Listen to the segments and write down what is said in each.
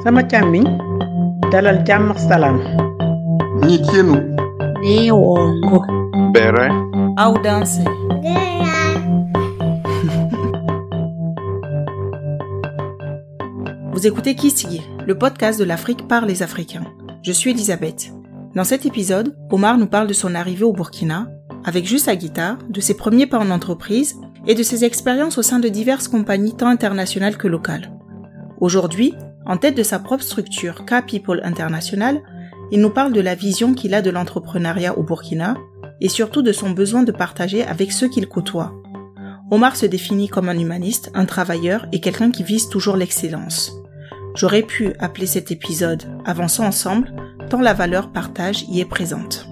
sama càmmiñ dalal jàmm ak salaam. Nitienu. Newongo. Bere. Audanse. Vous écoutez Kisigi, le podcast de l'Afrique par les Africains. Je suis Elisabeth. Dans cet épisode, Omar nous parle de son arrivée au Burkina, avec juste sa guitare, de ses premiers pas en entreprise et de ses expériences au sein de diverses compagnies tant internationales que locales. Aujourd'hui, en tête de sa propre structure K-People International, il nous parle de la vision qu'il a de l'entrepreneuriat au Burkina et surtout de son besoin de partager avec ceux qu'il côtoie. Omar se définit comme un humaniste, un travailleur et quelqu'un qui vise toujours l'excellence. J'aurais pu appeler cet épisode « Avançons ensemble » tant la valeur partage y est présente.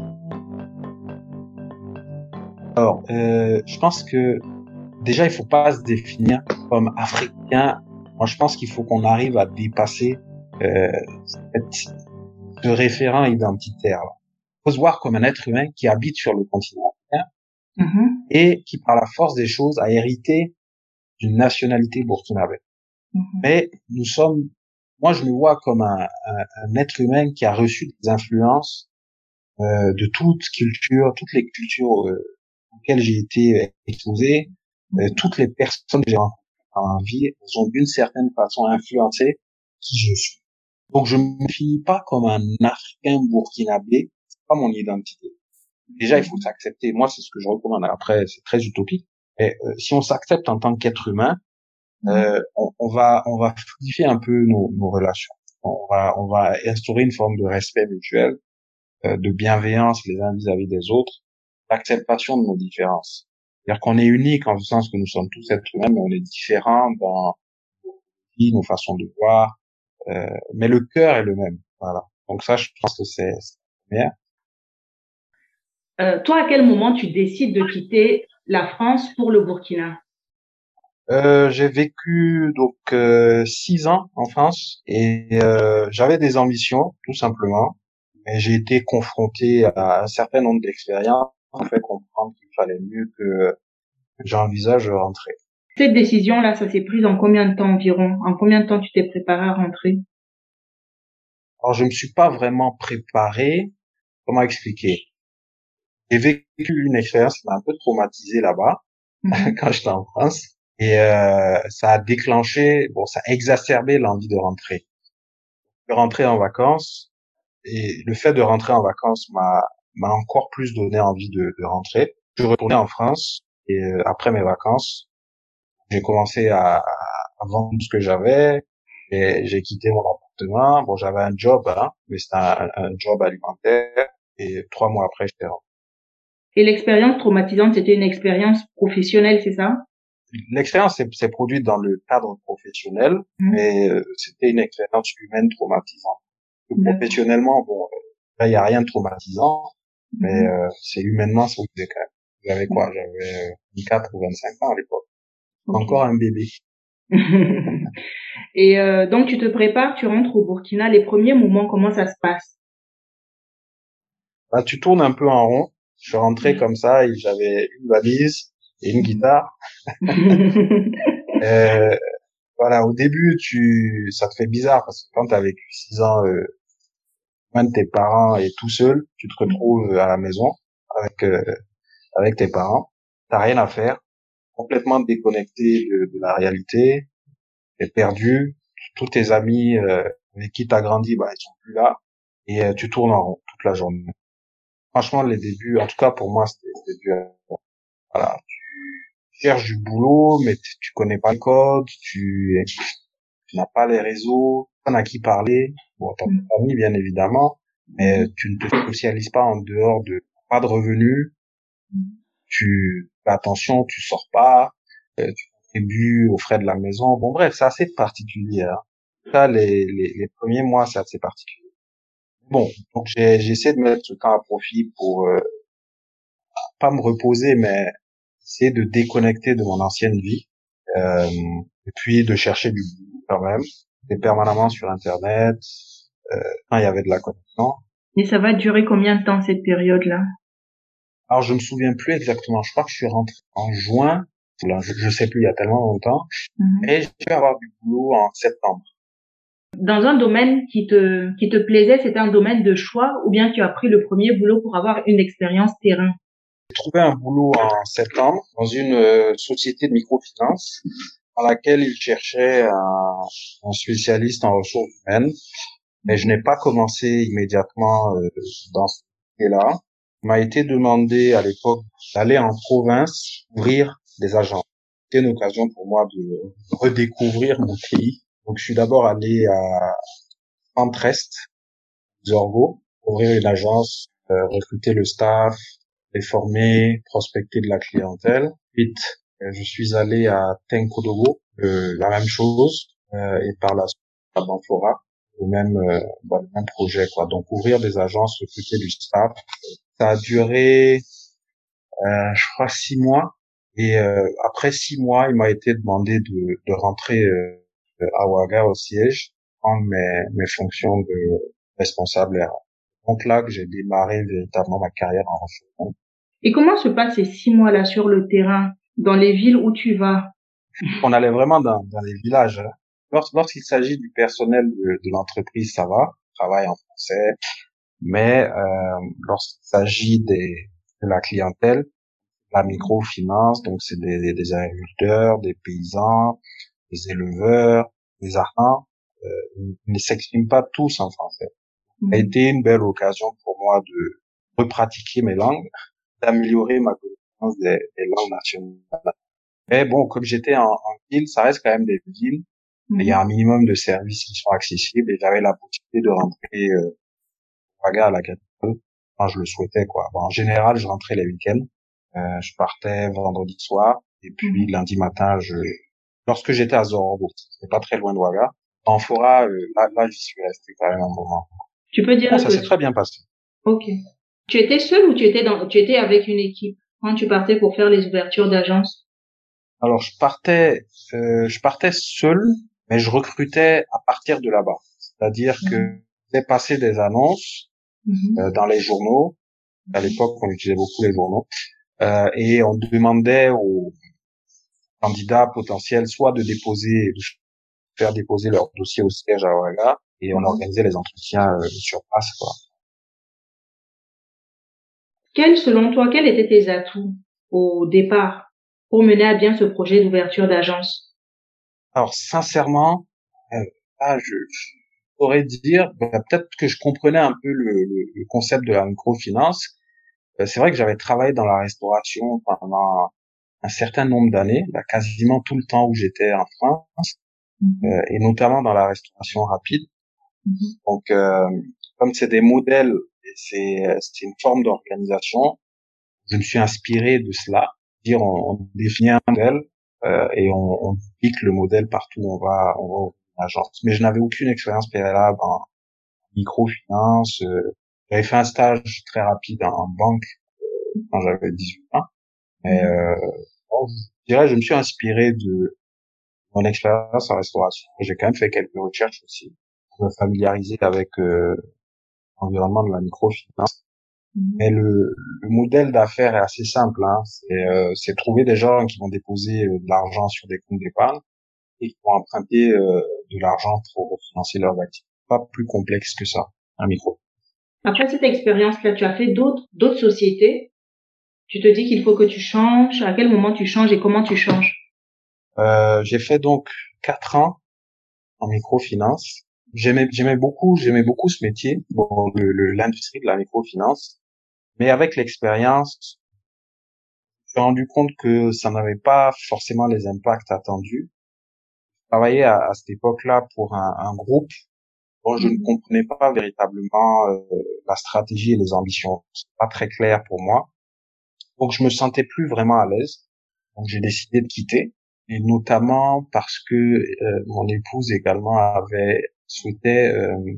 Alors, je pense que déjà, il faut pas se définir comme africain. Moi, je pense qu'il faut qu'on arrive à dépasser ce référent identitaire. Il faut se voir comme un être humain qui habite sur le continent africain et qui, par la force des choses, a hérité d'une nationalité burkinabé. Mais moi, je me vois comme un être humain qui a reçu des influences de toutes les cultures auxquelles j'ai été exposé, toutes les personnes que j'ai rencontrées dans ma vie, elles ont d'une certaine façon influencé qui je suis. Donc je me définis pas comme un Africain burkinabé, c'est pas mon identité. Déjà, il faut s'accepter. Moi, c'est ce que je recommande. Après, c'est très utopique. Mais si on s'accepte en tant qu'être humain, on va fluidifier un peu nos relations. On va instaurer une forme de respect mutuel, de bienveillance les uns vis-à-vis des autres, d'acceptation de nos différences. C'est-à-dire qu'on est unique en ce sens que nous sommes tous êtres humains, mais on est différents dans nos vies, nos façons de voir, mais le cœur est le même. Voilà. Donc ça, je pense que c'est bien. Toi, à quel moment tu décides de quitter la France pour le Burkina? J'ai vécu donc 6 ans en France et j'avais des ambitions, tout simplement. Mais j'ai été confronté à un certain nombre d'expériences qui m'ont fait comprendre qu'il fallait mieux que j'envisage de rentrer. Cette décision-là, ça s'est prise en combien de temps environ? En combien de temps tu t'es préparé à rentrer? Alors, je me suis pas vraiment préparé. Comment expliquer? J'ai vécu une expérience qui m'a un peu traumatisé là-bas, quand j'étais en France. Et ça a déclenché, ça a exacerbé l'envie de rentrer. De rentrer en vacances, et le fait de rentrer en vacances m'a encore plus donné envie de rentrer. Je suis retourné en France, et après mes vacances, j'ai commencé à vendre ce que j'avais, et j'ai quitté mon appartement. Bon, j'avais un job, mais c'était un job alimentaire, et 3 mois après, j'étais rentré. Et l'expérience traumatisante, c'était une expérience professionnelle, c'est ça? L'expérience s'est produite dans le cadre professionnel, mais c'était une expérience humaine traumatisante. Professionnellement, là, il y a rien de traumatisant, mais c'est humainement, ça me faisait quand même. J'avais quoi? J'avais 24 ou 25 ans à l'époque. Encore un bébé. Et donc, tu te prépares, tu rentres au Burkina. Les premiers moments, comment ça se passe? Bah, tu tournes un peu en rond. Je suis rentré comme ça et j'avais une valise et une guitare. Voilà, au début, ça te fait bizarre parce que quand t'as vécu 6 ans loin de tes parents et tout seul, tu te retrouves à la maison avec tes parents. T'as rien à faire, complètement déconnecté de la réalité. T'es perdu. Tous tes amis avec qui t'as grandi, ils sont plus là. Et tu tournes en rond toute la journée. Franchement, les débuts, en tout cas pour moi, c'était dur. Voilà, tu cherches du boulot, mais tu connais pas le code, tu n'as pas les réseaux, t'en as qui parler. Bon, t'as ta famille, bien évidemment, mais tu ne te socialises pas en dehors pas de revenus. Tu fais attention, tu sors pas, tu contribues aux frais de la maison. Bon, bref, c'est assez particulier. Ça, les premiers mois, c'est assez particulier. Bon, donc j'ai essayé de mettre ce temps à profit pour pas me reposer, mais essayer de déconnecter de mon ancienne vie, et puis de chercher du boulot quand même, et permanemment sur Internet, quand il y avait de la connexion. Et ça va durer combien de temps cette période-là? Alors je me souviens plus exactement, je crois que je suis rentré en juin, je sais plus, il y a tellement longtemps, et je vais avoir du boulot en septembre. Dans un domaine qui te plaisait, c'était un domaine de choix ou bien tu as pris le premier boulot pour avoir une expérience terrain? J'ai trouvé un boulot en septembre dans une société de microfinance dans laquelle ils cherchaient un spécialiste en ressources humaines. Mais je n'ai pas commencé immédiatement dans ce métier-là. Il m'a été demandé à l'époque d'aller en province ouvrir des agences. C'était une occasion pour moi de redécouvrir mon pays. Donc je suis d'abord allé à Centre-Est, Zorgo, ouvrir une agence, recruter le staff, les former, prospecter de la clientèle. Ensuite, je suis allé à Tenkodogo, la même chose, et par la suite à Banfora, le même projet, quoi. Donc ouvrir des agences, recruter du staff. Ça a duré, je crois 6 mois. Et après 6 mois, il m'a été demandé de rentrer à Ouaga au siège, prendre mes fonctions de responsable RH. Donc là que j'ai démarré véritablement ma carrière en ressources. Et comment se passent ces 6 mois-là sur le terrain, dans les villes où tu vas? On allait vraiment dans les villages, hein. Lorsqu'il s'agit du personnel de l'entreprise, ça va, travail en français. Mais lorsqu'il s'agit de la clientèle, la microfinance, donc c'est des agriculteurs, des paysans, des éleveurs, des artisans, ils ne s'expriment pas tous en français. Ça a été une belle occasion pour moi de repratiquer mes langues, d'améliorer ma connaissance des langues nationales. Mais bon, comme j'étais en ville, ça reste quand même des villes. Il y a un minimum de services qui sont accessibles et j'avais la possibilité de rentrer à la capitale quand je le souhaitais, quoi. Bon, en général, je rentrais les week-ends. Je partais vendredi soir et puis lundi matin, lorsque j'étais à Zorro, c'était pas très loin de Ouaga. En Fora, là, j'y suis resté quand même un moment. Tu peux dire Bon, ça s'est très bien passé. Ok. Tu étais seul ou tu étais avec une équipe quand tu partais pour faire les ouvertures d'agence? Alors, je partais seul, mais je recrutais à partir de là-bas. C'est-à-dire que j'ai passé des annonces dans les journaux. À l'époque, on utilisait beaucoup les journaux. Et on demandait aux candidats potentiels soit de faire déposer leur dossier au siège à Ouaga et on organisait les entretiens sur place, quoi. Selon toi, quels étaient tes atouts au départ pour mener à bien ce projet d'ouverture d'agence? Alors, sincèrement, je pourrais dire, peut-être que je comprenais un peu le concept de la microfinance. C'est vrai que j'avais travaillé dans la restauration pendant un certain nombre d'années, quasiment tout le temps où j'étais en France, et notamment dans la restauration rapide. Donc, comme c'est des modèles et c'est une forme d'organisation, je me suis inspiré de cela. Dire, on définit un modèle et on pique le modèle partout où on va ouvrir une agence. Mais je n'avais aucune expérience préalable en microfinance. J'avais fait un stage très rapide en banque quand j'avais 18 ans. Mais bon, je dirais, je me suis inspiré de mon expérience en restauration. J'ai quand même fait quelques recherches aussi pour me familiariser avec l'environnement de la microfinance. Mais le modèle d'affaires est assez simple, hein. C'est trouver des gens qui vont déposer de l'argent sur des comptes d'épargne et qui vont emprunter de l'argent pour financer leurs activités. Pas plus complexe que ça, un micro. Après cette expérience-là, tu as fait d'autres sociétés. Tu te dis qu'il faut que tu changes. À quel moment tu changes et comment tu changes? J'ai fait donc 4 ans en microfinance. J'aimais beaucoup ce métier, bon, l'industrie de la microfinance. Mais avec l'expérience, je me suis rendu compte que ça n'avait pas forcément les impacts attendus. Je travaillais à cette époque-là pour un groupe dont je ne comprenais pas véritablement la stratégie et les ambitions. C'est pas très clair pour moi. Donc je me sentais plus vraiment à l'aise. Donc j'ai décidé de quitter, et notamment parce que mon épouse également souhaitait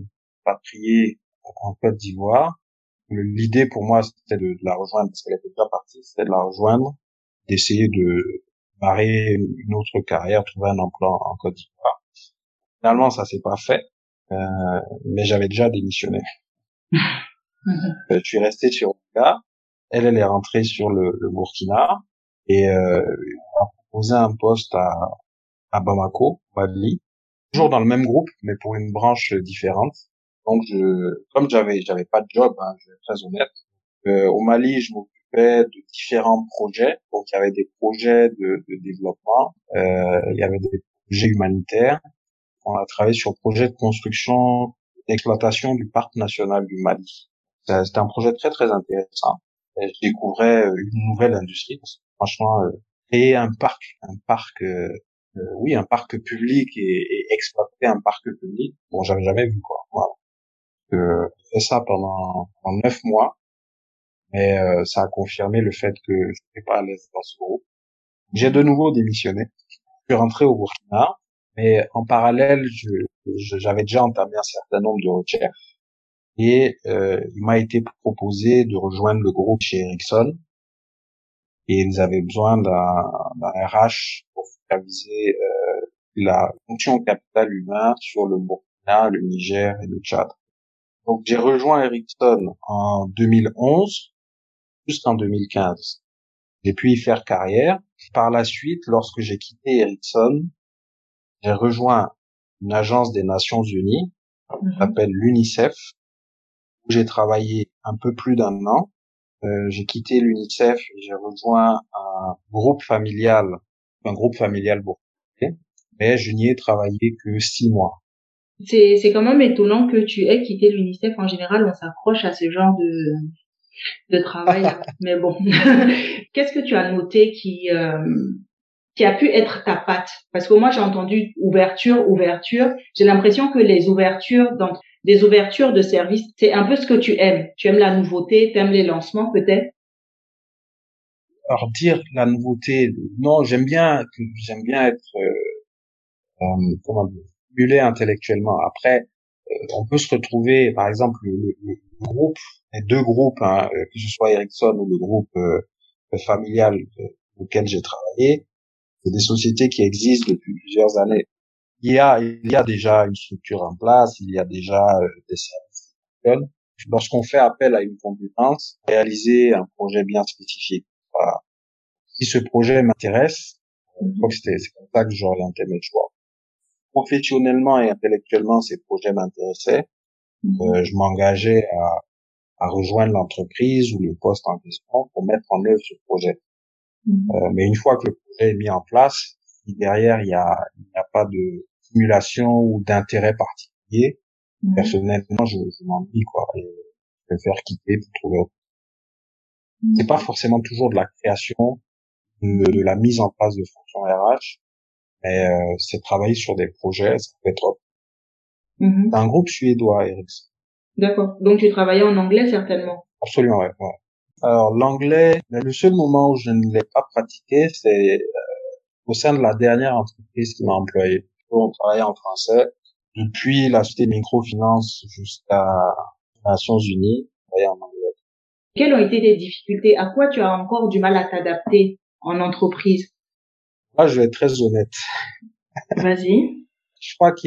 patrier en Côte d'Ivoire. L'idée pour moi c'était de la rejoindre parce qu'elle était déjà partie, c'était de la rejoindre, d'essayer de barrer une autre carrière, trouver un emploi en Côte d'Ivoire. Finalement ça s'est pas fait, mais j'avais déjà démissionné. Je suis resté sur Ouaga. Elle est rentrée sur le Burkina et on m'a proposé un poste à Bamako, Mali. toujours dans le même groupe, mais pour une branche différente. Donc, comme j'avais pas de job, hein, je vais être très honnête. Au Mali, je m'occupais de différents projets. Donc, il y avait des projets de développement, il y avait des projets humanitaires. On a travaillé sur le projet de construction, d'exploitation du parc national du Mali. C'était un projet très très intéressant. Et je découvrais une nouvelle industrie. Parce que, franchement, créer un parc public et exploiter un parc public, bon, j'avais jamais vu quoi. Voilà. J'ai fait ça pendant 9 mois, mais ça a confirmé le fait que je n'étais pas à l'aise dans ce groupe. J'ai de nouveau démissionné. Je suis rentré au Burkina, mais en parallèle, j'avais déjà entamé un certain nombre de recherches et il m'a été proposé de rejoindre le groupe chez Ericsson et ils avaient besoin d'un RH pour superviser la fonction capital humain sur le Burkina, le Niger et le Tchad. Donc j'ai rejoint Ericsson en 2011 jusqu'en 2015. J'ai pu y faire carrière. Par la suite, lorsque j'ai quitté Ericsson, j'ai rejoint une agence des Nations Unies, qui s'appelle l'UNICEF, où j'ai travaillé un peu plus d'1 an. J'ai quitté l'UNICEF et j'ai rejoint un groupe familial burkinabé, mais je n'y ai travaillé que 6 mois. C'est quand même étonnant que tu aies quitté l'UNICEF. En général, on s'accroche à ce genre de travail. Mais bon, qu'est-ce que tu as noté qui a pu être ta patte? Parce que moi, j'ai entendu ouverture. J'ai l'impression que les ouvertures, donc des ouvertures de services, c'est un peu ce que tu aimes. Tu aimes la nouveauté, tu aimes les lancements peut-être? Alors dire la nouveauté, non, j'aime bien être comment dire, stimulé intellectuellement. Après, on peut se retrouver, par exemple, le groupe, les deux groupes, hein, que ce soit Ericsson ou le groupe familial auquel j'ai travaillé, c'est des sociétés qui existent depuis plusieurs années. Il y a déjà une structure en place, il y a déjà des services qui fonctionnent. Lorsqu'on fait appel à une compétence, réaliser un projet bien spécifique. Voilà. Si ce projet m'intéresse, je crois que c'est comme ça que j'orientais mes choix. Professionnellement et intellectuellement, ces projets m'intéressaient. Je m'engageais à rejoindre l'entreprise ou le poste en question pour mettre en œuvre ce projet. Mais une fois que le projet est mis en place, si derrière il y a pas de stimulation ou d'intérêt particulier, personnellement, je m'ennuie quoi. Et je préfère quitter pour trouver autre chose. C'est pas forcément toujours de la création, de la mise en place de fonctions RH, mais c'est travailler sur des projets, ça peut être. C'est un groupe suédois, Ericsson. D'accord. Donc tu travaillais en anglais certainement. Absolument, ouais. Alors l'anglais, le seul moment où je ne l'ai pas pratiqué, c'est au sein de la dernière entreprise qui m'a employé. On travaillait en français. Depuis la société de microfinance jusqu'à les Nations Unies, on travaillait en anglais. Quelles ont été tes difficultés? À quoi tu as encore du mal à t'adapter en entreprise? Là, je vais être très honnête. Vas-y. Je crois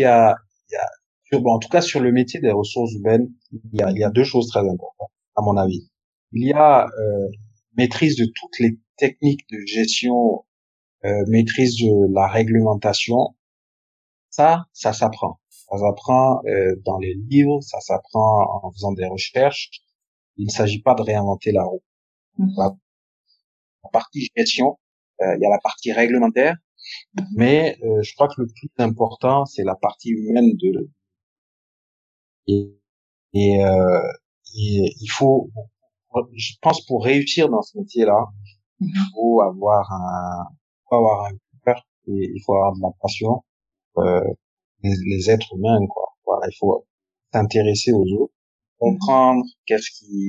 en tout cas sur le métier des ressources humaines, il y a deux choses très importantes, à mon avis. Il y a maîtrise de toutes les techniques de gestion, maîtrise de la réglementation. Ça s'apprend. Ça s'apprend dans les livres, ça s'apprend en faisant des recherches. Il ne s'agit pas de réinventer la roue. La partie gestion, il y a la partie réglementaire, mais je crois que le plus important, c'est la partie humaine et il faut, je pense, pour réussir dans ce métier-là, il faut avoir un cœur et il faut avoir de la passion, les êtres humains, quoi. Voilà, il faut s'intéresser aux autres, comprendre quel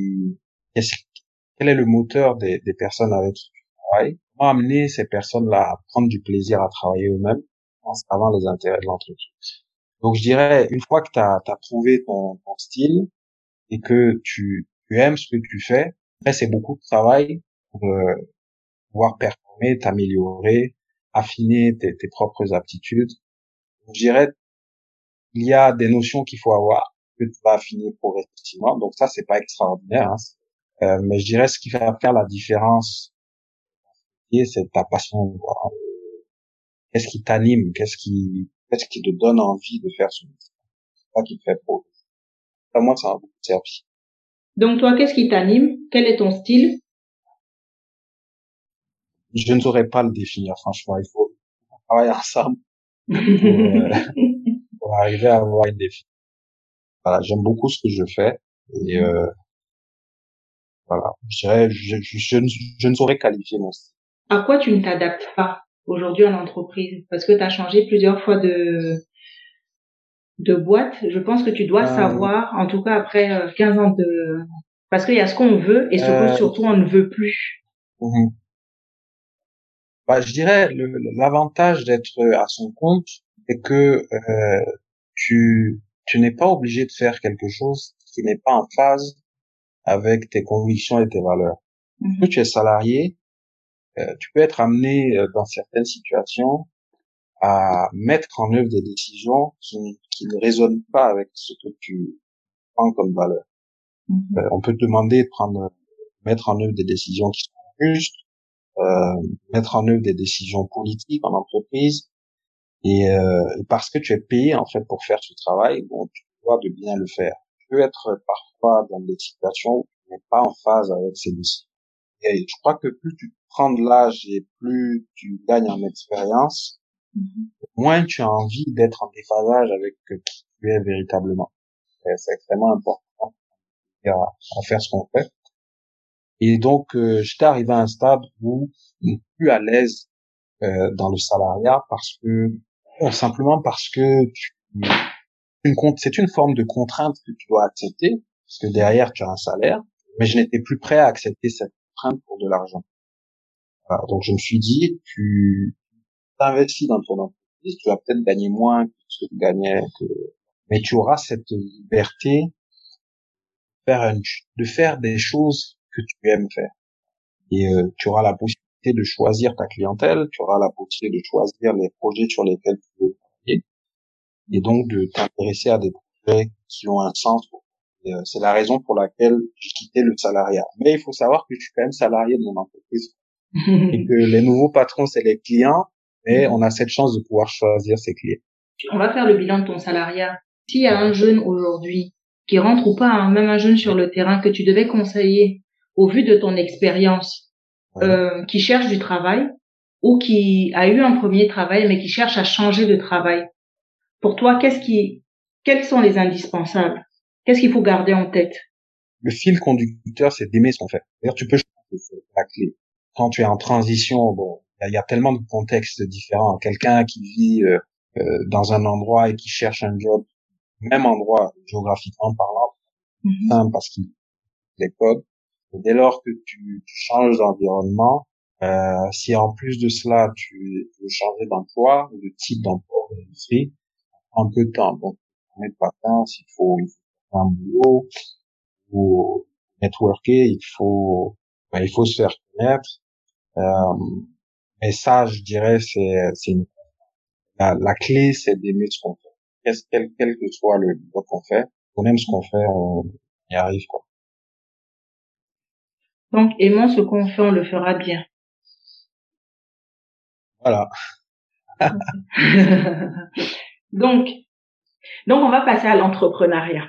est le moteur des personnes avec qui tu travailles, comment amener ces personnes-là à prendre du plaisir à travailler eux-mêmes en savant les intérêts de l'entreprise. Donc je dirais, une fois que tu as trouvé ton style et que tu aimes ce que tu fais, après c'est beaucoup de travail pour pouvoir performer, t'améliorer, affiner tes propres aptitudes. Donc, je dirais, il y a des notions qu'il faut avoir, que tu vas affiner progressivement. Donc ça, c'est pas extraordinaire, hein. Mais je dirais ce qui va faire la différence, c'est ta passion, quoi. Qu'est-ce qui t'anime, qu'est-ce qui Qu'est-ce qui te donne envie de faire ce métier? C'est ça qui te fait progresser. À moi, ça m'a beaucoup servi. Donc toi, qu'est-ce qui t'anime? Quel est ton style? Je ne saurais pas le définir, franchement. Il faut travailler ensemble pour arriver à avoir une définition. Voilà, j'aime beaucoup ce que je fais et voilà, je dirais, je ne saurais qualifier mon style. À quoi tu ne t'adaptes pas aujourd'hui en entreprise? Parce que tu as changé plusieurs fois de boîte. Je pense que tu dois savoir, en tout cas après 15 ans de... Parce qu'il y a ce qu'on veut et ce que surtout on ne veut plus. Bah, je dirais l'avantage d'être à son compte est que tu n'es pas obligé de faire quelque chose qui n'est pas en phase avec tes convictions et tes valeurs. Quand tu es salarié, tu peux être amené dans certaines situations à mettre en œuvre des décisions qui ne résonnent pas avec ce que tu prends comme valeur. On peut te demander de mettre en œuvre des décisions qui sont justes, mettre en œuvre des décisions politiques en entreprise, et parce que tu es payé en fait pour faire ce travail, bon, tu dois de bien le faire. Tu peux être parfois dans des situations où tu n'es pas en phase avec ces décisions. Et je crois que plus tu prends de l'âge et plus tu gagnes en expérience, moins tu as envie d'être en déphasage avec qui tu es véritablement. Et c'est extrêmement important à faire ce qu'on fait. Et donc, j'étais arrivé à un stade où je suis plus à l'aise dans le salariat simplement parce que c'est une forme de contrainte que tu dois accepter, parce que derrière tu as un salaire, mais je n'étais plus prêt à accepter cette contrainte pour de l'argent. Voilà, donc je me suis dit, tu t'investis dans ton entreprise, tu vas peut-être gagner moins que ce que tu gagnais, mais tu auras cette liberté de faire des choses que tu aimes faire. Et tu auras la possibilité de choisir ta clientèle, tu auras la possibilité de choisir les projets sur lesquels tu veux travailler, et donc de t'intéresser à des projets qui ont un sens. Et, c'est la raison pour laquelle j'ai quitté le salariat. Mais il faut savoir que je suis quand même salarié de mon entreprise et que les nouveaux patrons, c'est les clients, et on a cette chance de pouvoir choisir ses clients. On va faire le bilan de ton salariat. S'il y a un jeune aujourd'hui qui rentre ou pas, hein, même un jeune sur le terrain que tu devais conseiller au vu de ton expérience, qui cherche du travail ou qui a eu un premier travail mais qui cherche à changer de travail. Pour toi, quels sont les indispensables? Qu'est-ce qu'il faut garder en tête? Le fil conducteur, c'est d'aimer ce qu'on fait. D'ailleurs, tu peux changer, c'est la clé. Quand tu es en transition, bon, il y a tellement de contextes différents. Quelqu'un qui vit dans un endroit et qui cherche un job, même endroit géographiquement parlant, simple parce qu'il les codes. Et dès lors que tu changes d'environnement, si en plus de cela tu veux changer d'emploi ou de type d'emploi ou d'industrie, un peu de temps. Donc, on met pas de temps, il faut faire un boulot, il faut networker, il faut se faire connaître. Et ça, je dirais, la clé, c'est d'aimer ce qu'on fait. Quel que soit le job qu'on fait, on aime ce qu'on fait, on y arrive, quoi. Donc, aimons ce qu'on fait, on le fera bien. Voilà. Donc, on va passer à l'entrepreneuriat.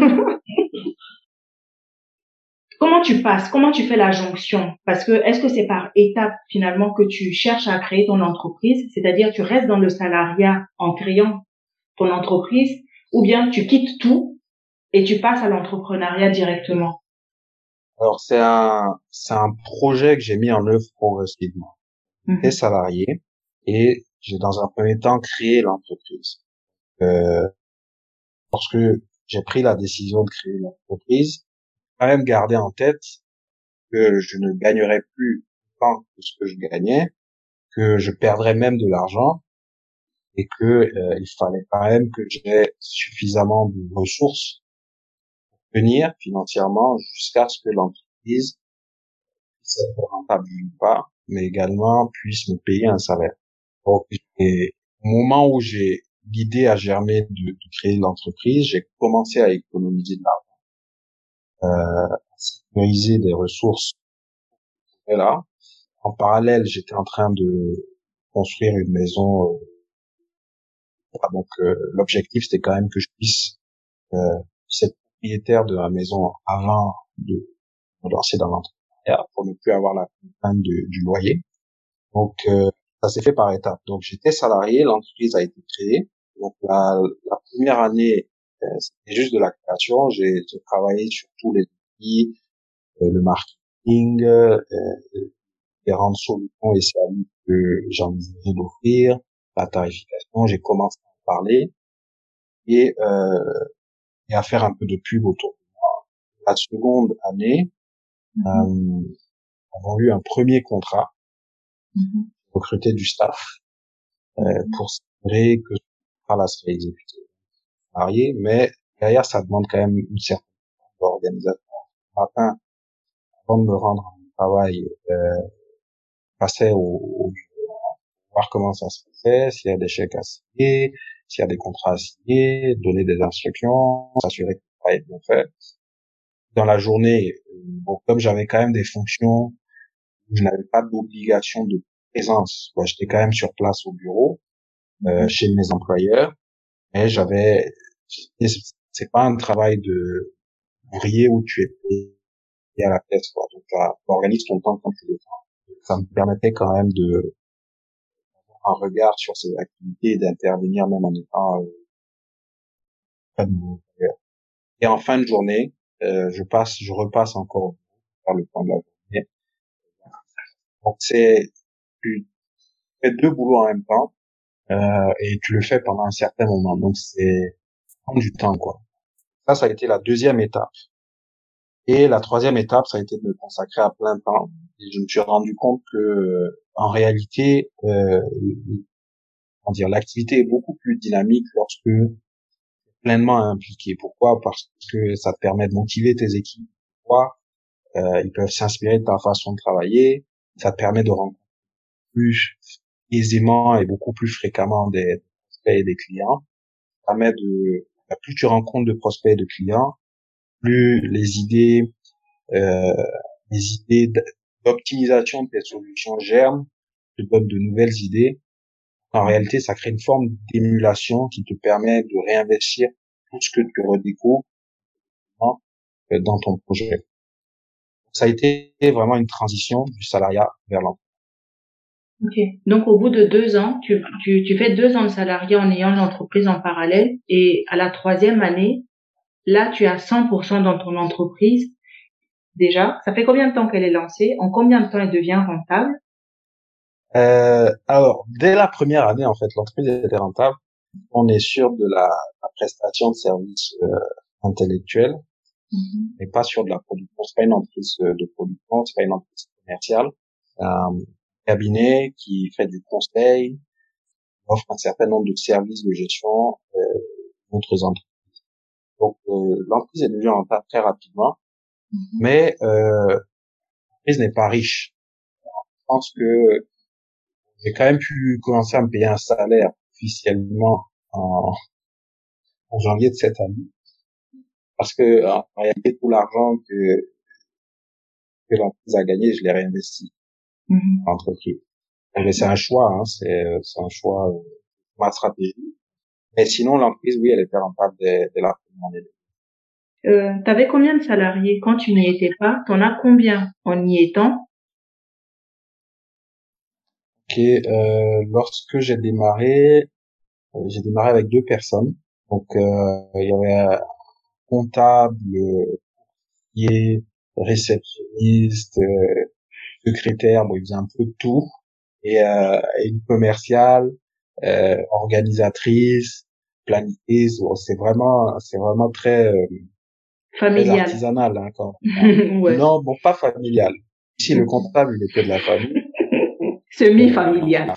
Comment tu fais la jonction? Parce que est-ce que c'est par étapes finalement que tu cherches à créer ton entreprise? C'est-à-dire tu restes dans le salariat en créant ton entreprise ou bien tu quittes tout et tu passes à l'entrepreneuriat directement? Alors, c'est un projet que j'ai mis en œuvre progressivement. J'étais salarié et j'ai dans un premier temps créé l'entreprise. Lorsque j'ai pris la décision de créer l'entreprise, quand même garder en tête que je ne gagnerais plus tant que ce que je gagnais, que je perdrais même de l'argent et que il fallait quand même que j'ai suffisamment de ressources pour tenir financièrement jusqu'à ce que l'entreprise puisse être rentable d'une part, mais également puisse me payer un salaire. Donc, au moment où j'ai l'idée à germer de créer l'entreprise, j'ai commencé à économiser de l'argent, à sécuriser des ressources. Et là, en parallèle, j'étais en train de construire une maison Voilà, donc l'objectif c'était quand même que je puisse être propriétaire de la maison avant de me lancer dans l'entrepreneuriat pour ne plus avoir la contrainte du loyer. Donc ça s'est fait par étapes. Donc j'étais salarié, l'entreprise a été créée. Donc la première année c'était juste de la création. J'ai travaillé sur tous les outils, le marketing, différentes solutions et services que j'envisageais d'offrir, la tarification. J'ai commencé à en parler et à faire un peu de pub autour. La seconde année, avons eu un premier contrat, recruter du staff pour s'assurer que ce contrat-là serait exécuté. Salarié, mais derrière, ça demande quand même une certaine organisation. Le matin, avant de me rendre à mon travail, je passais au bureau, voir comment ça se fait, s'il y a des chèques à signer, s'il y a des contrats à signer, donner des instructions, s'assurer que le travail est bien fait. Dans la journée, bon, comme j'avais quand même des fonctions où je n'avais pas d'obligation de présence, quoi, j'étais quand même sur place au bureau, chez mes employeurs, mais c'est pas un travail de ouvrier où tu es payé à la pièce, quoi. Donc, tu organises ton temps comme tu le fais. Ça me permettait quand même de avoir un regard sur ces activités et d'intervenir même en étant pas de mon employeur. Et en fin de journée, je repasse encore faire le point de la journée. Donc, tu fais deux boulots en même temps, et tu le fais pendant un certain moment. Donc, c'est prendre du temps, quoi. Ça a été la deuxième étape. Et la troisième étape, ça a été de me consacrer à plein temps. Et je me suis rendu compte que, en réalité, l'activité est beaucoup plus dynamique lorsque tu es pleinement impliqué. Pourquoi? Parce que ça te permet de motiver tes équipes. Pourquoi? Ils peuvent s'inspirer de ta façon de travailler. Ça te permet de rencontrer plus aisément et beaucoup plus fréquemment des prospects et des clients. Ça permet plus tu rencontres de prospects et de clients, plus les idées d'optimisation de tes solutions germent, te donnent de nouvelles idées. En réalité, ça crée une forme d'émulation qui te permet de réinvestir tout ce que tu redécouvres dans ton projet. Ça a été vraiment une transition du salariat vers l'emploi. Ok. Donc, au bout de 2 ans, tu fais 2 ans de salariat en ayant l'entreprise en parallèle, et à la 3e année, là, tu es à 100% dans ton entreprise. Déjà, ça fait combien de temps qu'elle est lancée? En combien de temps elle devient rentable? Alors, dès la première année, en fait, l'entreprise était rentable. On est sûr de la prestation de services intellectuels, mais pas sur de la production. C'est pas une entreprise de production, c'est pas une entreprise commerciale. Un cabinet qui fait du conseil, offre un certain nombre de services de gestion d'autres entreprises. Donc, l'entreprise est devenue rentable très rapidement, mais l'entreprise n'est pas riche. Je pense que j'ai quand même pu commencer à me payer un salaire officiellement en janvier de cette année, parce que en réalité tout l'argent que l'entreprise a gagné, je l'ai réinvesti dans l'entreprise. Et c'est un choix, hein, c'est un choix, ma stratégie. Mais sinon l'entreprise, oui, elle était rentable dès la première année. T'avais combien de salariés quand tu n'y étais pas? T'en as combien en y étant? Ok, lorsque j'ai démarré avec 2 personnes. Donc il y avait un comptable, réceptionniste, secrétaire, bon, il faisait un peu de tout, et une commerciale, organisatrice, planificatrice. Bon, c'est vraiment très Familial. artisanal, hein, quand Ouais. non, bon, pas familial. Ici, le comptable, il était de la famille. Semi-familial.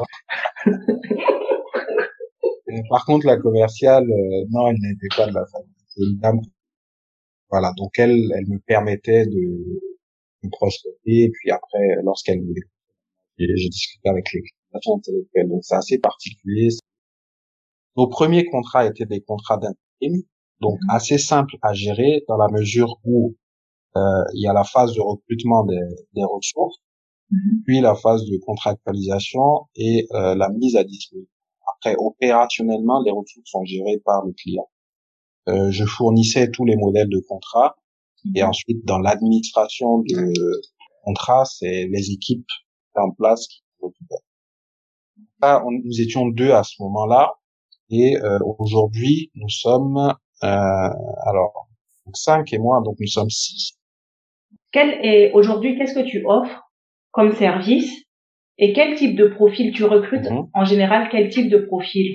Par contre, la commerciale, non, elle n'était pas de la famille. C'est une dame. Voilà, donc elle me permettait de prospecter, et puis après, lorsqu'elle voulait, j'ai discuté avec les clients intellectuels. Donc c'est assez particulier. Nos premiers contrats étaient des contrats d'intérim, donc assez simples à gérer dans la mesure où il y a la phase de recrutement des ressources, puis la phase de contractualisation et la mise à disposition. Après, opérationnellement, les ressources sont gérées par le client. Je fournissais tous les modèles de contrat et ensuite, dans l'administration de contrat, c'est les équipes en place qui s'occupaient. Là, nous étions 2 à ce moment-là et aujourd'hui, nous sommes alors 5 et moi, donc nous sommes 6. Aujourd'hui, qu'est-ce que tu offres comme service et quel type de profil tu recrutes? En général, quel type de profil?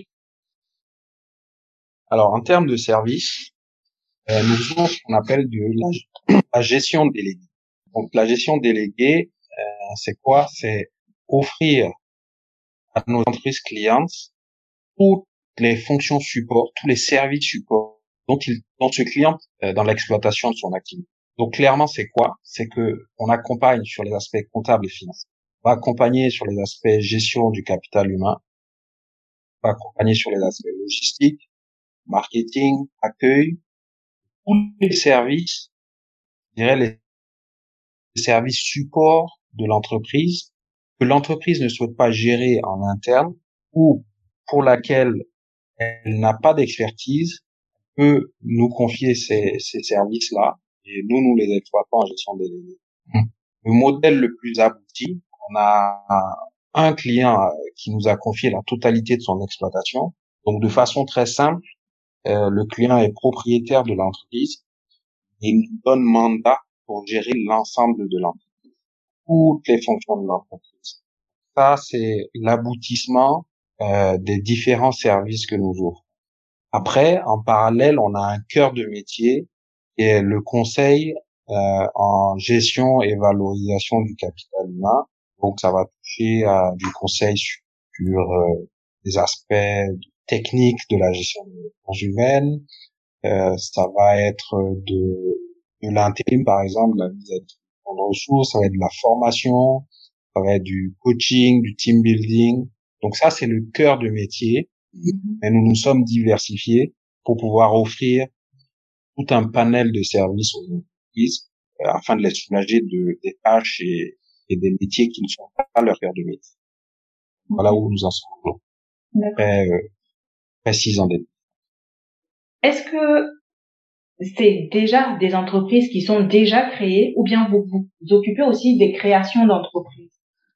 Alors, en termes de service, nous faisons ce qu'on appelle la gestion déléguée. Donc, la gestion déléguée, c'est quoi? C'est offrir à nos entreprises clientes toutes les fonctions support, tous les services support dont ce client dans l'exploitation de son activité. Donc, clairement, c'est quoi? C'est que on accompagne sur les aspects comptables et financiers. On va accompagner sur les aspects gestion du capital humain. On va accompagner sur les aspects logistiques, marketing, accueil, tous les services, je dirais les services support de l'entreprise que l'entreprise ne souhaite pas gérer en interne ou pour laquelle elle n'a pas d'expertise, peut nous confier ces services-là et nous les exploitons en gestion déléguée. Le modèle le plus abouti, on a un client qui nous a confié la totalité de son exploitation. Donc de façon très simple, le client est propriétaire de l'entreprise et nous donne mandat pour gérer l'ensemble de l'entreprise, toutes les fonctions de l'entreprise. Ça, c'est l'aboutissement des différents services que nous offrons. Après, en parallèle, on a un cœur de métier qui est le conseil en gestion et valorisation du capital humain. Donc, ça va toucher à du conseil sur des aspects techniques de la gestion des ressources humaines. Ça va être de l'intérim, par exemple, la mise à disposition de ressources, ça va être de la formation, ça va être du coaching, du team building. Donc ça, c'est le cœur de métier. Mais nous nous sommes diversifiés pour pouvoir offrir tout un panel de services aux entreprises afin de les soulager des tâches et des métiers qui ne sont pas leur cœur de métier. Voilà où nous en sommes. Après 6 ans d'études. Est-ce que c'est déjà des entreprises qui sont déjà créées ou bien vous vous occupez aussi des créations d'entreprises?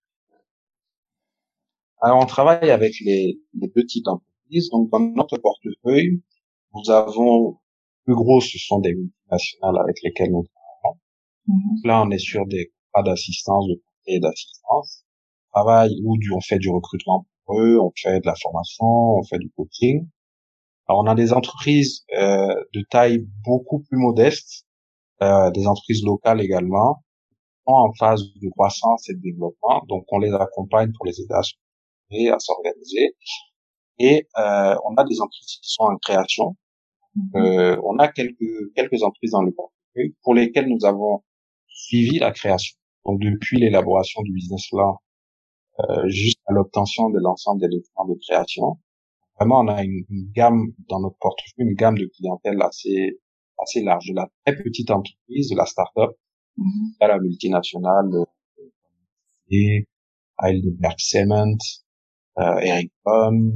Alors, on travaille avec les 2 types d'entreprises. Donc, dans notre portefeuille, nous avons, plus gros, ce sont des multinationales avec lesquelles nous travaillons. Là, on est sur des contrats d'assistance, de conseil d'assistance. On travaille on fait du recrutement pour eux, on fait de la formation, on fait du coaching. Alors, on a des entreprises de taille beaucoup plus modeste, des entreprises locales également, en phase de croissance et de développement. Donc, on les accompagne pour les aider à s'organiser. Et on a des entreprises qui sont en création. On a quelques entreprises dans le portefeuille pour lesquelles nous avons suivi la création. Donc, depuis l'élaboration du business plan jusqu'à l'obtention de l'ensemble des documents de création. Vraiment, on a une gamme dans notre portefeuille, une gamme de clientèle assez large. De la très petite entreprise, de la start-up, à la multinationale, et Heidelberg Cement, Ericsson,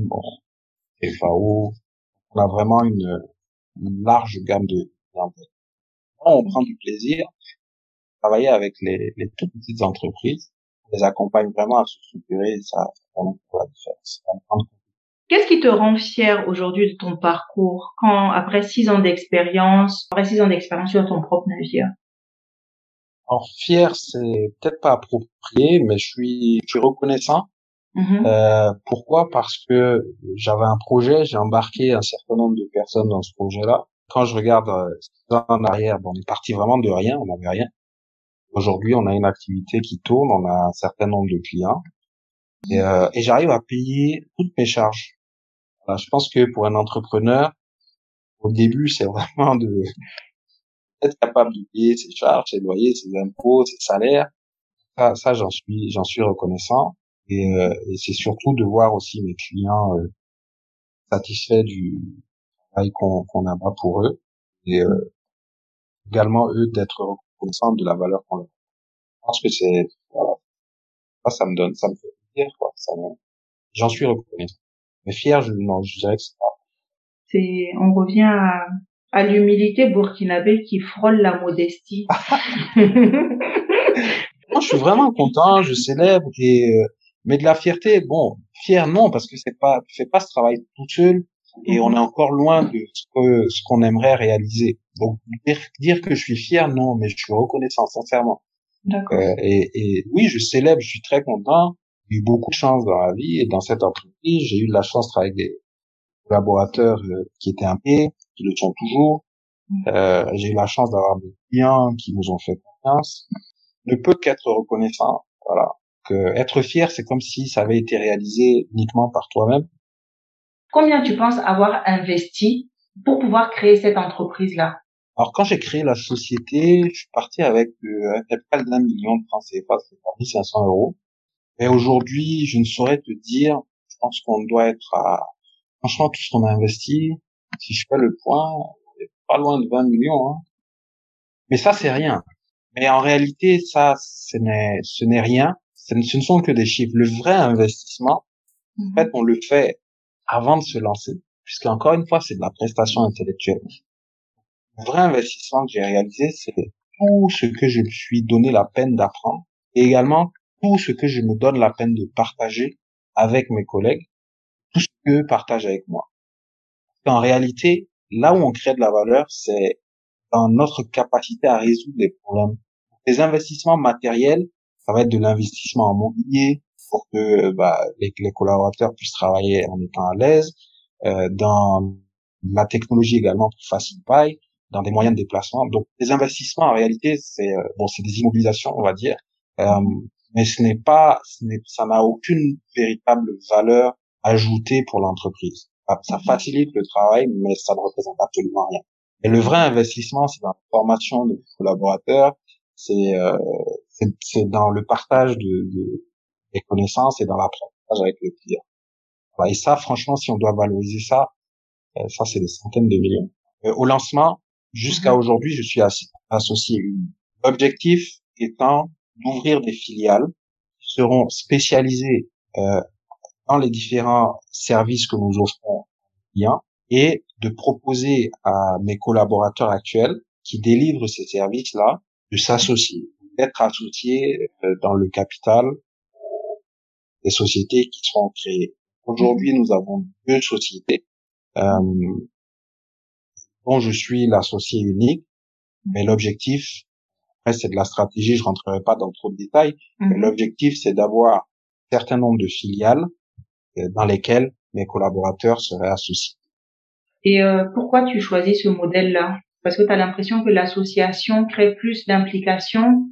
FAO. On a vraiment une large gamme de clientèle. On prend du plaisir à travailler avec les toutes petites entreprises. On les accompagne vraiment à se structurer et ça vraiment fait la différence. Qu'est-ce qui te rend fier aujourd'hui de ton parcours après 6 ans d'expérience sur ton propre navire? Alors, fier, c'est peut-être pas approprié, mais je suis reconnaissant. Pourquoi? Parce que j'avais un projet, j'ai embarqué un certain nombre de personnes dans ce projet-là. Quand je regarde 6 ans en arrière, on est parti vraiment de rien, on n'avait rien. Aujourd'hui, on a une activité qui tourne, on a un certain nombre de clients et j'arrive à payer toutes mes charges. Alors, je pense que pour un entrepreneur, au début, c'est vraiment être capable de payer ses charges, ses loyers, ses impôts, ses salaires. Ça, j'en suis reconnaissant. Et c'est surtout de voir aussi mes clients satisfaits du travail qu'on abat pour eux et également eux d'être reconnaissants de la valeur qu'on leur donne. Je pense que voilà, ça me fait plaisir, quoi. J'en suis reconnaissant. Mais fier, non, je dirais que c'est pas. On revient à l'humilité burkinabé qui frôle la modestie. Moi, je suis vraiment content, je célèbre mais de la fierté, bon, fier non, parce que tu fais pas ce travail tout seul et on est encore loin de ce qu'on aimerait réaliser. Donc, dire que je suis fier, non, mais je suis reconnaissant, sincèrement. D'accord. Et oui, je célèbre, je suis très content. J'ai eu beaucoup de chance dans la vie et dans cette entreprise, j'ai eu de la chance de travailler avec des collaborateurs qui étaient impliqués, qui le sont toujours. J'ai eu la chance d'avoir des clients qui nous ont fait confiance. Ne peut qu'être reconnaissant. Voilà. Que être fier, c'est comme si ça avait été réalisé uniquement par toi-même. Combien tu penses avoir investi pour pouvoir créer cette entreprise-là? Alors, quand j'ai créé la société, je suis parti avec un capital d'1 million de francs CFA, c'est 1 500 euros. Et aujourd'hui, je ne saurais te dire, je pense qu'on doit être franchement, tout ce qu'on a investi, si je fais le point, on est pas loin de 20 millions, hein. Mais ça, c'est rien. Mais en réalité, ça, ce n'est rien. Ce ne sont que des chiffres. Le vrai investissement, en fait, on le fait avant de se lancer, puisque encore une fois, c'est de la prestation intellectuelle. Le vrai investissement que j'ai réalisé, c'est tout ce que je me suis donné la peine d'apprendre et également tout ce que je me donne la peine de partager avec mes collègues, tout ce qu'eux partagent avec moi. En réalité, là où on crée de la valeur, c'est dans notre capacité à résoudre des problèmes. Les investissements matériels, ça va être de l'investissement en mobilier pour que les collaborateurs puissent travailler en étant à l'aise, dans la technologie également pour faciliter, dans des moyens de déplacement. Donc les investissements en réalité c'est des immobilisations on va dire, mais ça n'a aucune véritable valeur ajoutée pour l'entreprise. Ça facilite le travail, mais ça ne représente absolument rien. Et le vrai investissement, c'est dans la formation de collaborateurs, c'est dans le partage des connaissances et dans l'apprentissage avec les clients. Voilà. Et ça, franchement, si on doit valoriser ça, ça c'est des centaines de millions. Au lancement, jusqu'à aujourd'hui, je suis associé. L'objectif étant d'ouvrir des filiales qui seront spécialisées dans les différents services que nous offrons aux clients et de proposer à mes collaborateurs actuels qui délivrent ces services-là de s'associer, d'être associés dans le capital des sociétés qui seront créées. Aujourd'hui, nous avons 2 sociétés dont je suis l'associé unique, mais l'objectif, après c'est de la stratégie, je rentrerai pas dans trop de détails, mais l'objectif c'est d'avoir un certain nombre de filiales dans lesquelles mes collaborateurs seraient associés. Et pourquoi tu choisis ce modèle-là? Parce que tu as l'impression que l'association crée plus d'implication?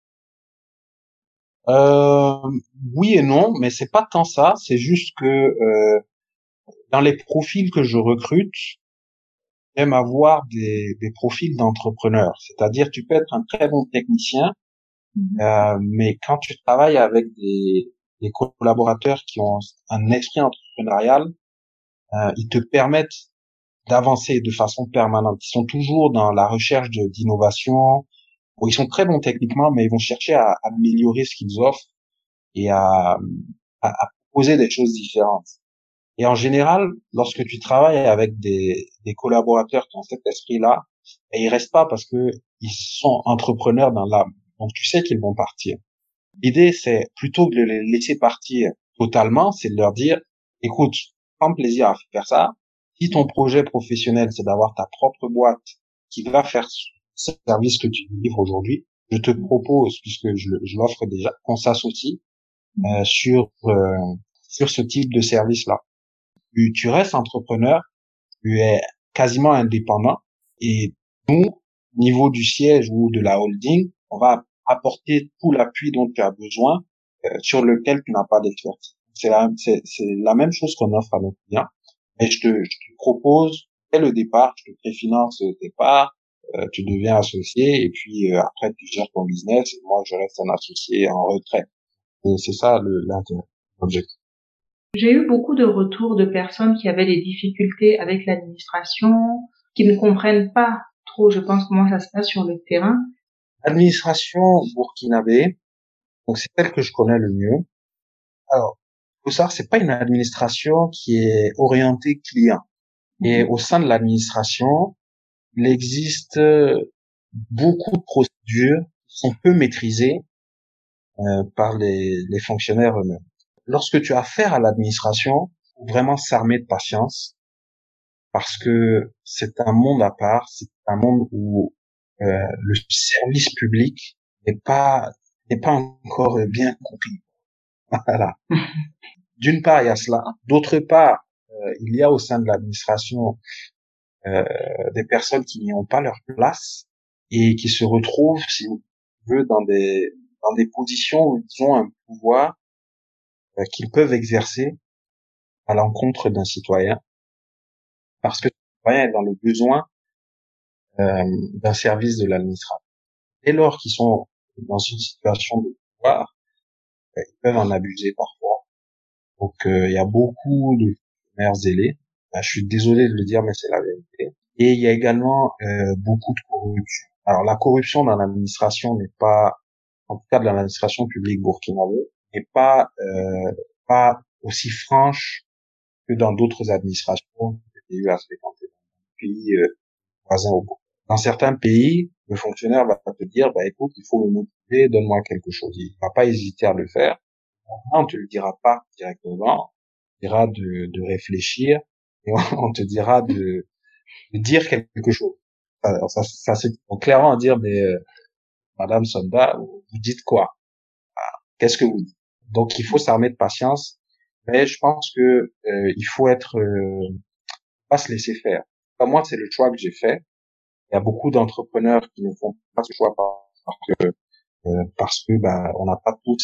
Oui et non, mais c'est pas tant ça, c'est juste que dans les profils que je recrute, j'aime avoir des profils d'entrepreneurs. C'est-à-dire, tu peux être un très bon technicien, mais quand tu travailles avec des collaborateurs qui ont un esprit entrepreneurial, ils te permettent d'avancer de façon permanente. Ils sont toujours dans la recherche d'innovation. Bon, ils sont très bons techniquement, mais ils vont chercher à améliorer ce qu'ils offrent et à proposer des choses différentes. Et en général, lorsque tu travailles avec des collaborateurs qui ont cet esprit-là, et ils restent pas parce que ils sont entrepreneurs dans l'âme. Donc tu sais qu'ils vont partir. L'idée, c'est plutôt que de les laisser partir totalement, c'est de leur dire, écoute, prends plaisir à faire ça. Si ton projet professionnel, c'est d'avoir ta propre boîte qui va faire ce service que tu livres aujourd'hui, je te propose, puisque je l'offre déjà, qu'on s'associe sur ce type de service-là. Tu restes entrepreneur, tu es quasiment indépendant et nous, au niveau du siège ou de la holding, on va apporter tout l'appui dont tu as besoin sur lequel tu n'as pas d'expertise. C'est la même chose qu'on offre à nos clients, mais je te propose dès le départ, je te préfinance au départ, tu deviens associé et puis après tu gères ton business et moi je reste un associé en retrait. Et c'est ça l'intérêt, l'objectif. J'ai eu beaucoup de retours de personnes qui avaient des difficultés avec l'administration, qui ne comprennent pas trop, je pense, comment ça se passe sur le terrain. Administration burkinabé, donc c'est celle que je connais le mieux. Alors, faut savoir, c'est pas une administration qui est orientée client. Et au sein de l'administration, il existe beaucoup de procédures qui sont peu maîtrisées par les fonctionnaires eux-mêmes. Lorsque tu as affaire à l'administration, faut vraiment s'armer de patience parce que c'est un monde à part, c'est un monde où le service public n'est pas encore bien compris. Voilà. D'une part, il y a cela. D'autre part, il y a au sein de l'administration des personnes qui n'y ont pas leur place et qui se retrouvent, si on veut, dans des positions où ils ont un pouvoir qu'ils peuvent exercer à l'encontre d'un citoyen, parce que le citoyen est dans le besoin d'un service de l'administration. Dès lors qu'ils sont dans une situation de pouvoir, ils peuvent en abuser parfois. Donc il y a beaucoup de fonctionnaires zélés. Je suis désolé de le dire, mais c'est la vérité. Et il y a également beaucoup de corruption. Alors la corruption dans l'administration n'est pas, en tout cas de l'administration publique burkinabé, n'est pas aussi franche que dans d'autres administrations que j'ai eu à fréquenter dans des pays voisins au Burkina. Dans certains pays, le fonctionnaire va te dire, bah écoute, il faut me motiver, donne-moi quelque chose. Il va pas hésiter à le faire. On te le dira pas directement, on te dira de réfléchir et on te dira de dire quelque chose. Ça c'est clairement dire, mais Madame Sonda, vous dites quoi? Qu'est-ce que vous dites? Donc il faut s'armer de patience, mais je pense que il faut pas se laisser faire. Enfin, moi, c'est le choix que j'ai fait. Il y a beaucoup d'entrepreneurs qui ne font pas ce choix parce que bah on n'a pas tous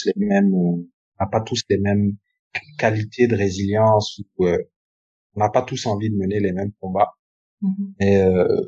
les mêmes qualités de résilience ou on n'a pas tous envie de mener les mêmes combats. Et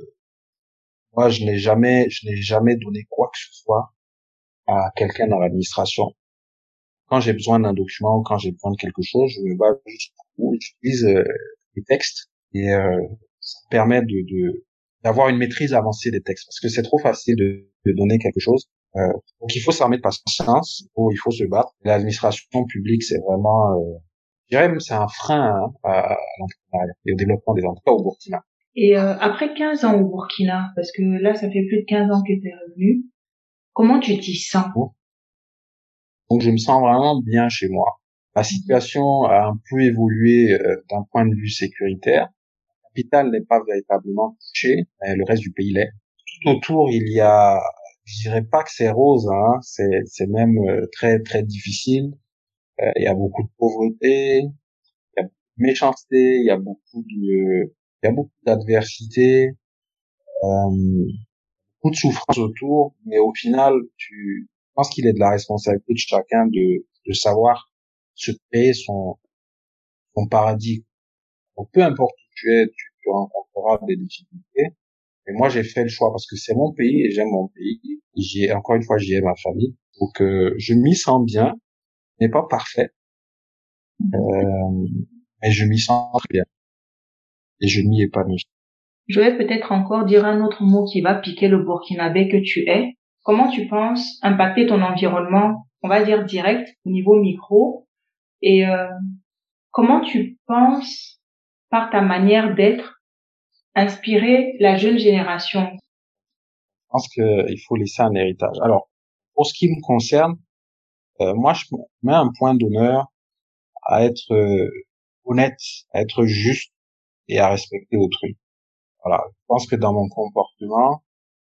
moi, je n'ai jamais donné quoi que ce soit à quelqu'un dans l'administration. Quand j'ai besoin d'un document ou quand j'ai besoin de quelque chose, je me bats jusqu'au bout, j'utilise les textes et ça me permet d'avoir une maîtrise avancée des textes parce que c'est trop facile de donner quelque chose. Donc il faut s'armer de patience, il faut se battre. L'administration publique, c'est vraiment, je dirais même c'est un frein à l'entrepreneuriat et au développement des entreprises au Burkina. Et après 15 ans au Burkina, parce que là, ça fait plus de 15 ans que tu es revenu, comment tu t'y sens? Donc je me sens vraiment bien chez moi. La situation a un peu évolué d'un point de vue sécuritaire. La capitale n'est pas véritablement touchée, mais le reste du pays l'est. Tout autour, il y a, je dirais pas que c'est rose, hein, c'est même très très difficile. Il y a beaucoup de pauvreté, il y a beaucoup de méchanceté, il y a beaucoup d'adversité, beaucoup de souffrance autour, mais au final, je pense qu'il est de la responsabilité de chacun de savoir se créer son paradis. Donc, peu importe où tu es, tu rencontreras des difficultés. Et moi, j'ai fait le choix parce que c'est mon pays et j'aime mon pays. Encore une fois, j'y ai ma famille. Donc, je m'y sens bien. Ce n'est pas parfait, mais je m'y sens très bien. Et je m'y épanouis. Je vais peut-être encore dire un autre mot qui va piquer le burkinabé que tu es. Comment tu penses impacter ton environnement, on va dire direct, au niveau micro, et comment tu penses, par ta manière d'être, inspirer la jeune génération? Je pense qu'il faut laisser un héritage. Alors, pour ce qui me concerne, moi, je mets un point d'honneur à être honnête, à être juste et à respecter autrui. Voilà. Je pense que dans mon comportement,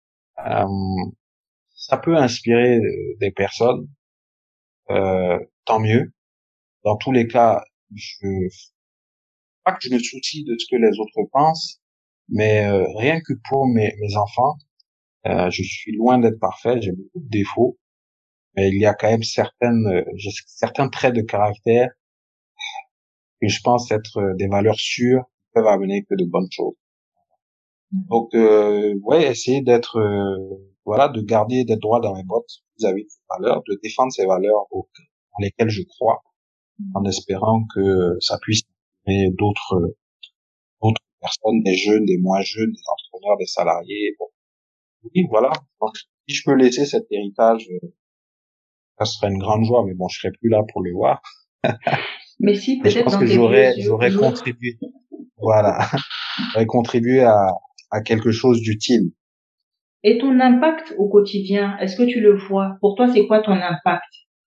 ça peut inspirer des personnes, tant mieux. Dans tous les cas, pas que je me soucie de ce que les autres pensent, mais rien que pour mes enfants, je suis loin d'être parfait, j'ai beaucoup de défauts, mais il y a quand même certains traits de caractère que je pense être des valeurs sûres qui peuvent amener que de bonnes choses. Donc, ouais, essayer d'être, voilà, d'être droit dans mes bottes vis-à-vis de ces valeurs, de défendre ces valeurs dans lesquelles je crois, en espérant que ça puisse aider d'autres personnes, des jeunes, des moins jeunes, des entrepreneurs, des salariés. Bon. Oui, voilà. Donc, si je peux laisser cet héritage, ça serait une grande joie, mais bon, je serai plus là pour le voir. Mais si, Et je peut-être pense dans que tes vieux j'aurais jours. contribué, voilà, j'aurais contribué à quelque chose d'utile. Et ton impact au quotidien, est-ce que tu le vois? Pour toi, c'est quoi ton impact?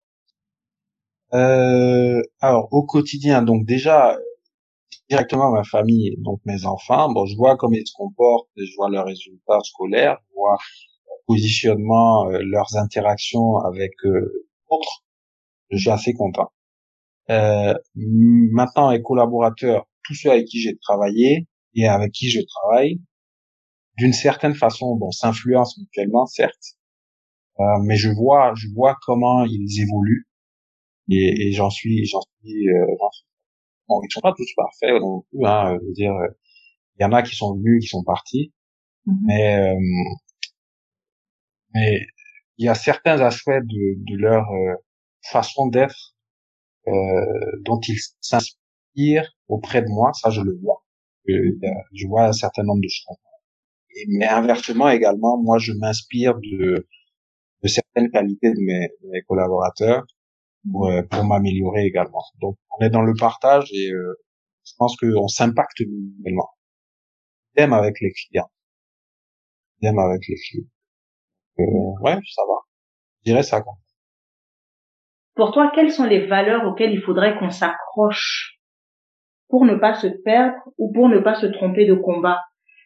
Alors, au quotidien, donc déjà, directement ma famille, donc mes enfants, bon, je vois comment ils se comportent, je vois leurs résultats scolaires, je vois leur positionnement, leurs interactions avec autres, je suis assez content. Maintenant, les collaborateurs, tous ceux avec qui j'ai travaillé et avec qui je travaille, d'une certaine façon, bon, s'influencent mutuellement, certes, mais je vois comment ils évoluent et j'en suis, bon, ils sont pas tous parfaits non plus, hein, je veux dire, il y en a qui sont venus, qui sont partis, Mhm. mais il y a certains aspects de leur façon d'être dont ils s'inspirent auprès de moi, ça je le vois. Je vois un certain nombre de choses. Mais inversement également, moi je m'inspire de certaines qualités de mes collaborateurs pour m'améliorer également. Donc on est dans le partage et je pense qu'on s'impacte mutuellement. Idem avec les clients. Idem avec les clients. Ouais, ça va. Je dirais ça, quoi. Pour toi, quelles sont les valeurs auxquelles il faudrait qu'on s'accroche pour ne pas se perdre ou pour ne pas se tromper de combat?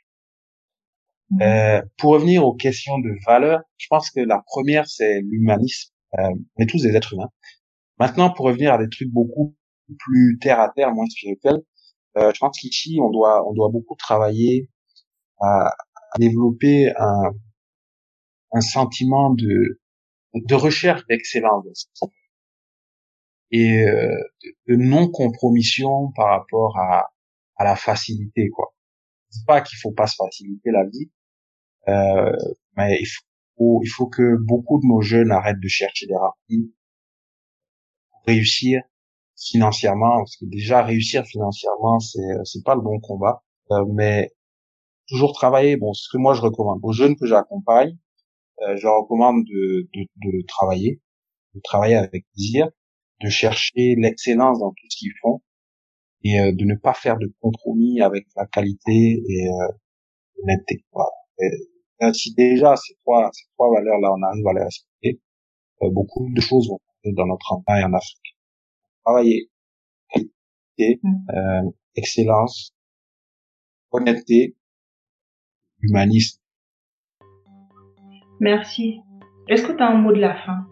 Pour revenir aux questions de valeur, je pense que la première, c'est l'humanisme. On est tous des êtres humains. Maintenant, pour revenir à des trucs beaucoup plus terre à terre, moins spirituels, je pense qu'ici, on doit beaucoup travailler à développer un sentiment de recherche d'excellence et de non-compromission par rapport à la facilité, quoi. C'est pas qu'il faut pas se faciliter la vie, mais il faut que beaucoup de nos jeunes arrêtent de chercher des rapides pour réussir financièrement, parce que déjà réussir financièrement, c'est pas le bon combat, mais toujours travailler. Bon, c'est ce que moi je recommande aux jeunes que j'accompagne. Je leur recommande de travailler avec plaisir, de chercher l'excellence dans tout ce qu'ils font et de ne pas faire de compromis avec la qualité et l'honnêteté. Voilà. Si déjà ces trois valeurs-là, on arrive à les respecter, beaucoup de choses vont changer dans notre empire et en Afrique. Travailler, qualité, excellence, honnêteté, humanisme. Merci. Est-ce que tu as un mot de la fin?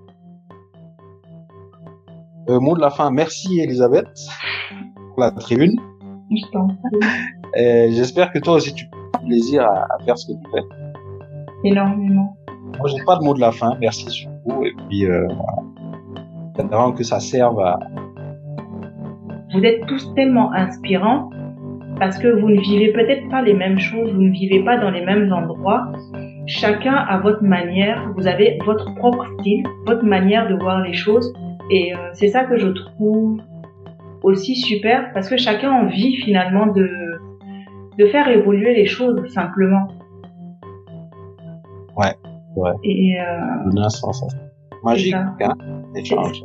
Mot de la fin, merci Elisabeth pour la tribune. Je t'en prie. J'espère que toi aussi tu prends plaisir à faire ce que tu fais. Énormément. Moi j'ai pas de mot de la fin, merci surtout et puis vraiment que ça serve à... Vous êtes tous tellement inspirants parce que vous ne vivez peut-être pas les mêmes choses, vous ne vivez pas dans les mêmes endroits. Chacun a votre manière, vous avez votre propre style, votre manière de voir les choses. Et c'est ça que je trouve aussi super parce que chacun a envie finalement de faire évoluer les choses simplement. Ouais. Et donner un sens magique, hein, échange.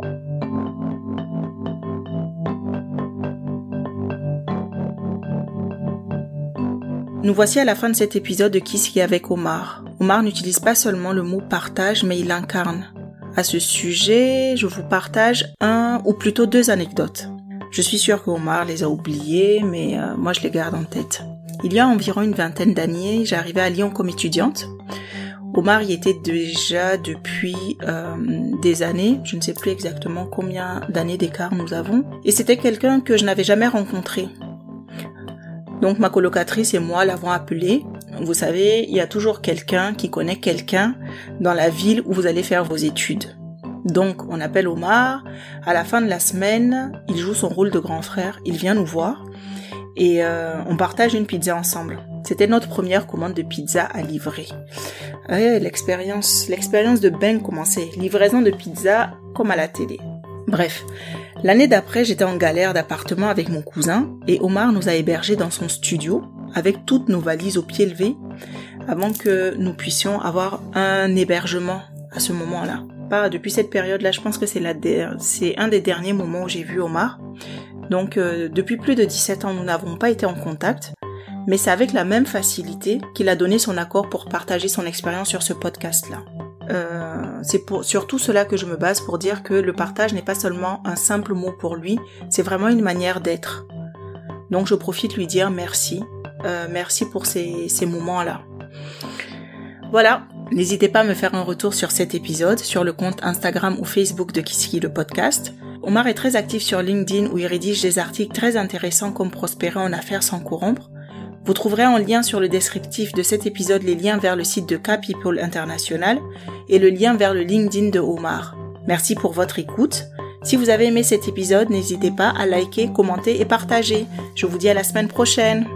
Nous voici à la fin de cet épisode de Qui s'y est avec Omar. Omar n'utilise pas seulement le mot partage, mais il l'incarne. À ce sujet, je vous partage un ou plutôt deux anecdotes. Je suis sûre que Omar les a oubliées, mais moi je les garde en tête. Il y a environ une vingtaine d'années, j'arrivais à Lyon comme étudiante. Omar y était déjà depuis des années, je ne sais plus exactement combien d'années d'écart nous avons, et c'était quelqu'un que je n'avais jamais rencontré. Donc ma colocatrice et moi l'avons appelé. Vous savez, il y a toujours quelqu'un qui connaît quelqu'un dans la ville où vous allez faire vos études. Donc on appelle Omar, à la fin de la semaine, il joue son rôle de grand frère, il vient nous voir et on partage une pizza ensemble. C'était notre première commande de pizza à livrer. L'expérience de Ben commençait, livraison de pizza comme à la télé. Bref, l'année d'après, j'étais en galère d'appartement avec mon cousin et Omar nous a hébergés dans son studio avec toutes nos valises au pied levé avant que nous puissions avoir un hébergement à ce moment-là. Pas depuis cette période-là, je pense que c'est un des derniers moments où j'ai vu Omar. Donc depuis plus de 17 ans, nous n'avons pas été en contact, mais c'est avec la même facilité qu'il a donné son accord pour partager son expérience sur ce podcast-là. C'est sur tout cela que je me base pour dire que le partage n'est pas seulement un simple mot pour lui, c'est vraiment une manière d'être. Donc je profite de lui dire merci. Merci pour ces moments-là. Voilà, n'hésitez pas à me faire un retour sur cet épisode, sur le compte Instagram ou Facebook de Kissiki le podcast. Omar est très actif sur LinkedIn où il rédige des articles très intéressants comme Prospérer en affaires sans corrompre. Vous trouverez en lien sur le descriptif de cet épisode les liens vers le site de K-People International et le lien vers le LinkedIn de Omar. Merci pour votre écoute. Si vous avez aimé cet épisode, n'hésitez pas à liker, commenter et partager. Je vous dis à la semaine prochaine.